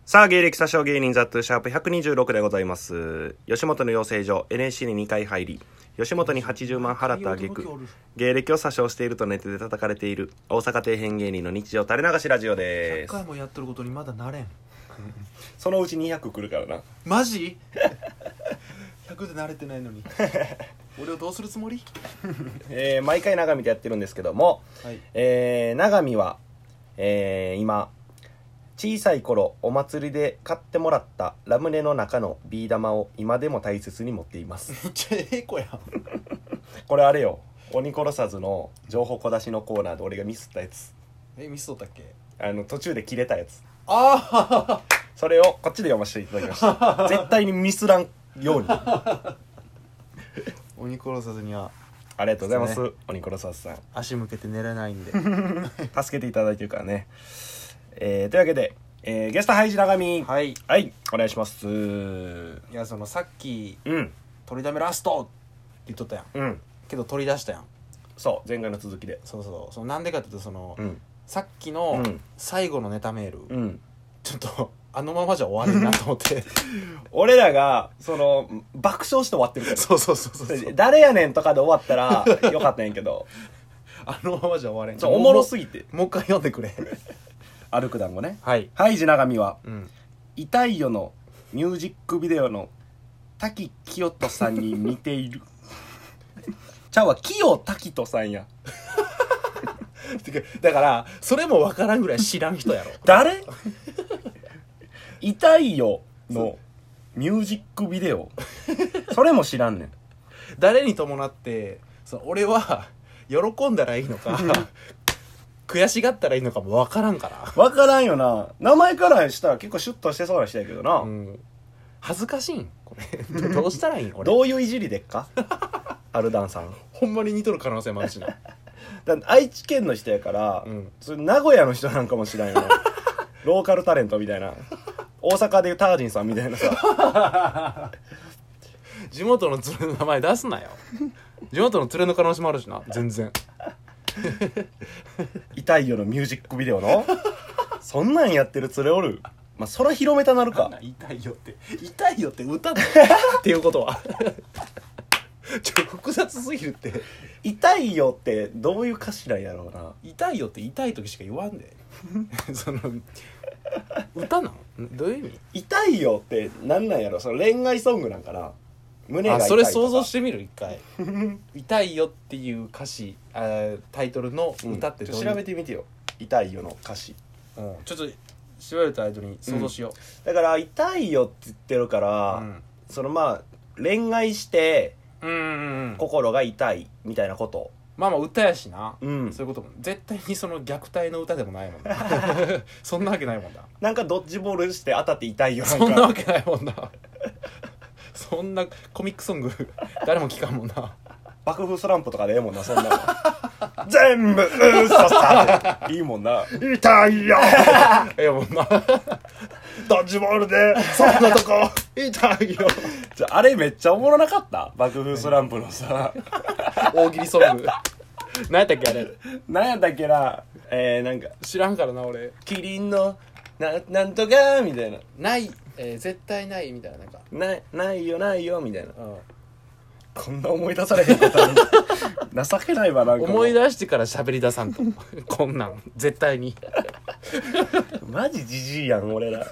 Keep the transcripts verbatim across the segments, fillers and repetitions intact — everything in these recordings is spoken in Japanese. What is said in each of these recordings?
さあ芸歴詐称芸人ザットゥシャープひゃくにじゅうろくでございます。吉本の養成所 エヌエスシー ににかい入り、吉本にはちじゅうまん払った挙句芸歴を詐称しているとネットで叩かれている大阪底辺芸人の日常垂れ流しラジオです。ひゃっかいもやってることにまだなれんそのうちにひゃく来るからな。 マジひゃくで慣れてないのに俺をどうするつもりえー、毎回長見でやってるんですけども、はい、えー、長見は、えー、今小さい頃お祭りで買ってもらったラムネの中のビー玉を今でも大切に持っています。 めっちゃええ子やんこれあれよ、鬼殺さずの情報小出しのコーナーで俺がミスったやつ。 え、ミスったっけ？ あの途中で切れたやつ。 ああそれをこっちで読ませていただきました絶対にミスらんように鬼殺さずにはありがとうございます、ね、鬼殺さずさん足向けて寝れないんで助けていただいてるからね。えー、というわけで、えー、ゲストハイジ長見、 はい、 はい、お願いします。 いや、そのさっき、 うん、 取りだめラストって言っとったやん、うん、けど取り出したやん。 そう前回の続きで。 そうそう、そのなんでかっていうとその、 うん、 さっきの最後のネタメール、 うん、 ちょっとあのままじゃ終われんなと思って俺らがその爆笑して終わってるからそうそうそうそう誰やねんとかで終わったらよかったんやけどあのままじゃ終われん。 そうおもろすぎてもう一回読んでくれ歩く団子ね。 はい、 ハイジ長見は、 うん、 痛いよのミュージックビデオの滝清人さんに似ているちゃうわ、清滝人さんやだからそれも分からんぐらい知らん人やろ誰痛いよのミュージックビデオそれも知らんねん。 誰に伴ってその俺は喜んだらいいのか悔しがったらいいのかも分からんから分からんよな。名前からしたら結構シュッとしてそうな人やけどな、うん、 恥ずかしいんこれどうしたらいいん俺どういういじりでっかアルダンさんほんまに似とる可能性もあるしなだ愛知県の人やから、うん、それ名古屋の人なんかもしれんよローカルタレントみたいな、大阪でいうタージンさんみたいなさ地元の連れの名前出すなよ地元の連れの可能性もあるしな全然痛いよのミュージックビデオのそんなんやってる連れおる。まあそら広めたなるか。 痛いよって痛いよって歌だっていうことはちょっと複雑すぎるって。 痛いよってどういう歌詞なんやろうな。 痛いよって痛い時しか言わんでその歌なんどういう意味。 痛いよってなんなんやろ。その恋愛ソングなんかな。胸が痛いとか。 あ、それ想像してみる一回痛いよっていう歌詞、あタイトルの歌ってどういう、 うん、調べてみてよ痛いよの歌詞、 うん、ちょっと調べた間に想像しよう、 うん、だから痛いよって言ってるから、うん、そのまあ恋愛してうんうんうん、 心が痛いみたいなこと。 まあまあ歌やしな、 うん、 そういうことも絶対にその虐待の歌でもないもんなそんなわけないもんな。 なんかドッジボールして当たって痛いよなんかそんなわけないもんなそんなコミックソング誰も聞かんもんな。 爆風スランプとかでええもんなそんなの全部嘘さいいもんな。痛いよええもんなドッジボールでそんなとこ痛いよ。じゃああれめっちゃおもろなかった。爆風スランプのさ大喜利ソング何やったっけあれ。 何やったっけな。えー、なんか知らんからな俺。 キリンのななんとかみたいな。 ない、えー、絶対ないみたいな。なんかなないよないよみたいな、 うん、 こんな思い出されへんこと情けないわ。なんか思い出してから喋り出さんとこんなん絶対にマジジジイやん俺ら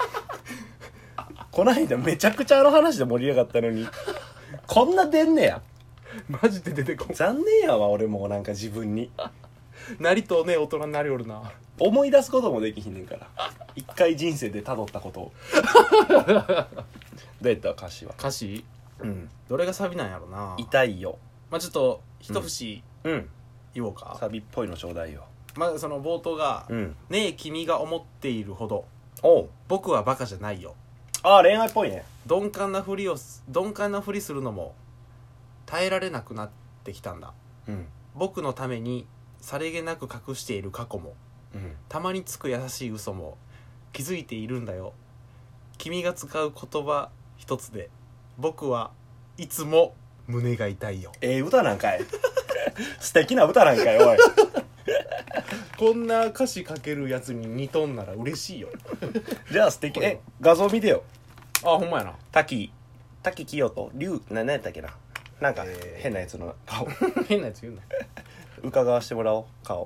こないだめちゃくちゃあの話で盛り上がったのにこんな出んねや。 マジで出てこん。 残念やわ俺もなんか自分になりとね大人になりおるな。 思い出すこともできひんねんから一回人生で辿ったことをどうやった歌詞は。 歌詞、 うん、 どれがサビなんやろな。 痛いよ。 まあちょっと一節、 うん、 言おうか。 サビっぽいのちょうだいよ。 まあその冒頭が、うん、ねえ君が思っているほどおう僕はバカじゃないよ。 ああ恋愛っぽいね。 鈍感なふりを鈍感なふりするのも耐えられなくなってきたんだ、うん、僕のためにさりげなく隠している過去も、うん、たまにつく優しい嘘も気づいているんだよ。君が使う言葉一つで僕はいつも胸が痛いよ。 ええー、歌なんかい素敵な歌なんかいおいこんな歌詞書けるやつに似とんなら嬉しいよ。 じゃあ素敵。え画像見てよ。 あほんまやな。 滝滝清人龍な何やったっけな、なんかえー変なやつの顔変なやつ言うな。 伺わしてもらおう顔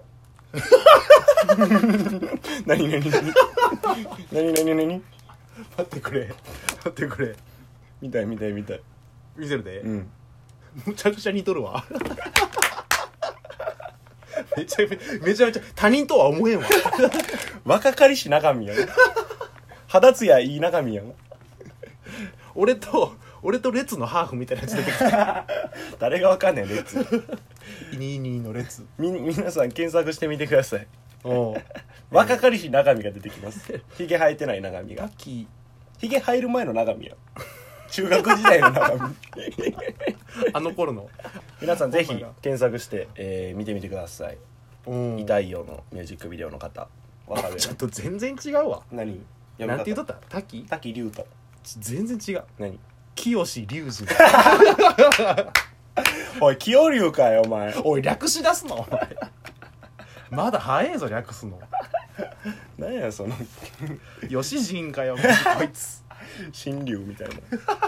何何何何何何待ってくれ待ってくれ。 見たい見たい見たい。 見せるで、 うんむちゃくちゃ似とるわ。めちゃめめちゃめちゃ他人とは思えんわ。 若かりし中身やん。肌ツヤいい中身やん。 俺と俺と列のハーフみたいなやつ出てきた。 誰がわかんねんレッツ。 イニーニーの列。 み皆さん検索してみてください。 おう若かりし中身が出てきます。ひげ生えてない中身が。 滝ひげ生える前の中身や。中学時代の中身。 あの頃の皆さんぜひほんまや検索して、えー見てみてください。 うん痛いよのミュージックビデオの方わかるよちょっと全然違うわ。 何なんて言うとたった滝滝龍斗全然違う。 何清志隆二。 おい清龍かよお前。 おい略し出すのお前。まだ早えぞ略すの。 何やその吉人かよこいつ。 新龍みたいな。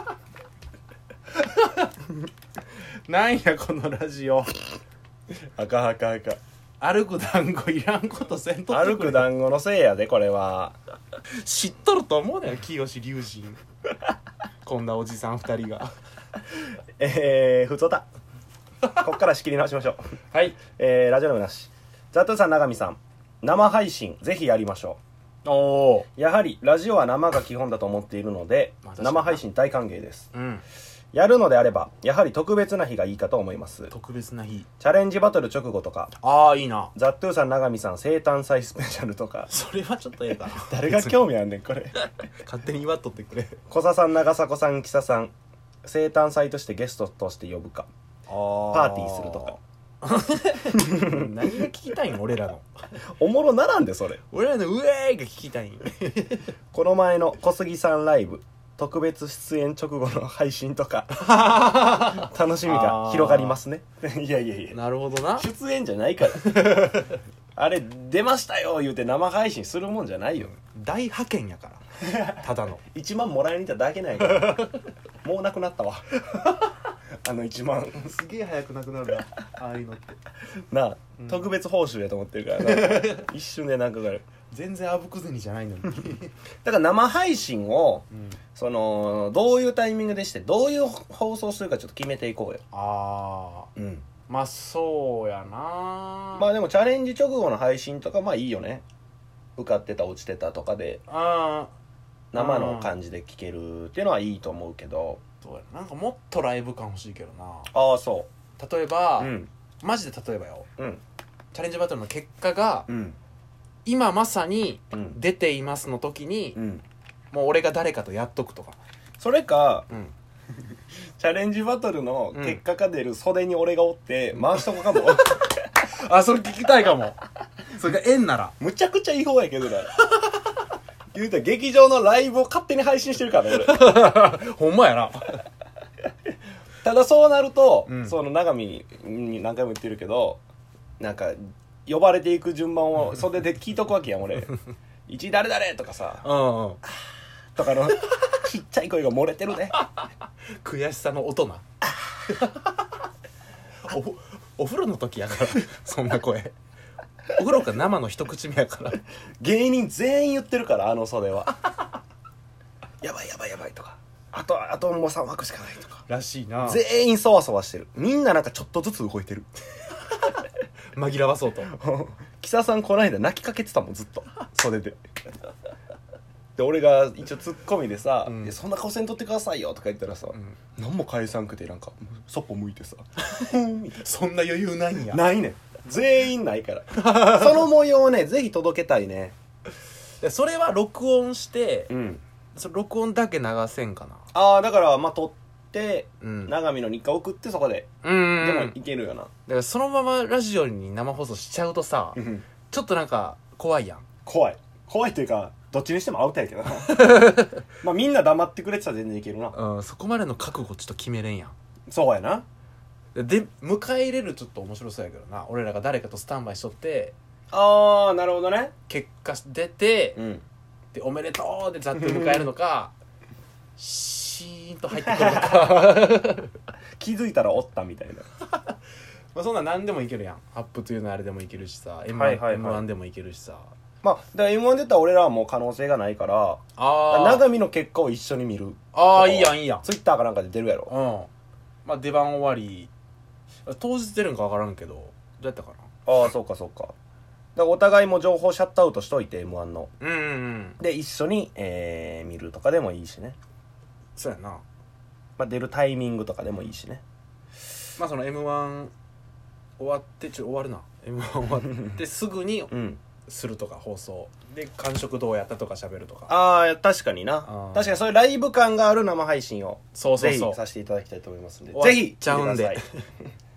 なんやこのラジオ。 あかんあかんあかん。 歩く団子いらんことせんとってくれ。 歩く団子のせいやでこれは。 知っとると思うねよ清志隆二。こんなおじさん二人が。 えー、ふつおたこっから仕切り直しましょう。 はい。 えー、ラジオネームなし。ザトゥーさん、永見さん、生配信ぜひやりましょおお。 う。やはりラジオは生が基本だと思っているので、 まあ確かに生配信大歓迎です。 うん。 やるのであればやはり特別な日がいいかと思います。 特別な日。 チャレンジバトル直後とか、 ああいいな。 ザトゥーさん、永見さん生誕祭スペシャルとか。 それはちょっとええかな。 誰が興味あんねんこれ。 勝手に祝っとってくれ。 小佐さん、長迫さん、木佐さん生誕祭としてゲストとして呼ぶか、 あーパーティーするとか。 何が聞きたいん俺らの。 おもろならんでそれ。 俺らのウェーイが聞きたいん。 この前の小杉さんライブ特別出演直後の配信とか楽しみが広がりますね。いやいやいやなるほどな。 出演じゃないからあれ出ましたよ言うて生配信するもんじゃないよ。 大派遣やからただの。 いちまんもらいに行っただけないからもうなくなったわあのいちまんすげえ早くなくなるなああいうのって。 なあ、 うん、 特別報酬やと思ってるからな一瞬でなくなる。 全然あぶく銭じゃないのに。 だから生配信をうんそのどういうタイミングでしてどういう放送するかちょっと決めていこうよ。 ああうんまあそうやな。 まあでもチャレンジ直後の配信とかまあいいよね。受かってた落ちてたとかでああ生の感じで聴けるっていうのはいいと思うけど。 そうやな。なんかもっとライブ感欲しいけどな。 ああそ例えば、 う。うんマジで例えばよ、 うんチャレンジバトルの結果がうん今まさにうん出ていますの時に、 うんもう俺が誰かとやっとくとか。 それかうんチャレンジバトルの結果が出る袖に俺がおって回しとこうかも。 あそれ聞きたいかも。それが縁なら。 むちゃくちゃ違法やけどな。言うたら劇場のライブを勝手に配信してるからね俺。 ほんまやな。 ただそうなると、 うんその永見に何回も言ってるけどなんか呼ばれていく順番を袖で聞いとくわけやん俺。いちい誰々とかさうんうん。 とかのちっちゃい声が漏れてるね。 悔しさの音な。おお風呂の時やからそんな声。お風呂か生の一口目やから。 芸人全員言ってるからあの袖は。やばいやばいやばいとかあとあともうさん枠しかないとからしいな。 全員そわそわしてる。みんななんかちょっとずつ動いてる。 紛らわそうと。 木佐さんこの間泣きかけてたもんずっと袖で。で俺が一応ツッコミでさ、 うんいやそんな顔せんとってくださいよとか言ったらさ、 うん何も返さんくてなんかそっぽ向いてさみたいそんな余裕ないんや。 なないねん全員ないからその模様をねぜひ届けたいね。 でそれは録音して、 うんそれ録音だけ流せんかな。 ああだからまあ撮ってうん永見の日課送ってそこで、 うんでもうんいけるよな。 だからそのままラジオに生放送しちゃうとさ、 うんちょっとなんか怖いやん。 怖い怖いというかどっちにしてもアウトやけどな。まあみんな黙ってくれてたら全然いけるな。 うん、そこまでの覚悟ちょっと決めれんやん。 そうやな。 で迎え入れるちょっと面白そうやけどな。俺らが誰かとスタンバイしとってああなるほどね。 結果出て、 うん、 でおめでとうでざっと迎えるのかシーンと入ってくるのか気づいたらおったみたいなまあそんなん何でもいけるやん。アップというのあれでもいけるしさ、 エムワン、 はいはいはい、 エムワン でもいけるしさ。 まあだから エムワン 出たら俺らはもう可能性がないから、 あ長見の結果を一緒に見る。 ああいいやんいいやん。 ツイッターかなんかで出るやろ。 うん。まあ出番終わり当日出るんか分からんけどどうやったかな。 ああそうかそうか。だからお互いも情報シャットアウトしといて エムワン の、 うんうんうんで一緒に、えー、見るとかでもいいしね。 そうやな。 まあ、出るタイミングとかでもいいしね。 まあその エムワン 終わってちょ終わるな エムワン 終わってすぐにうんするとか放送で感触どうやったとか喋るとか。 ああ確かにな。 あ確かにそういうライブ感がある生配信をそうそうそうぜひさせていただきたいと思いますんで、 終わっぜひちゃうんで見てください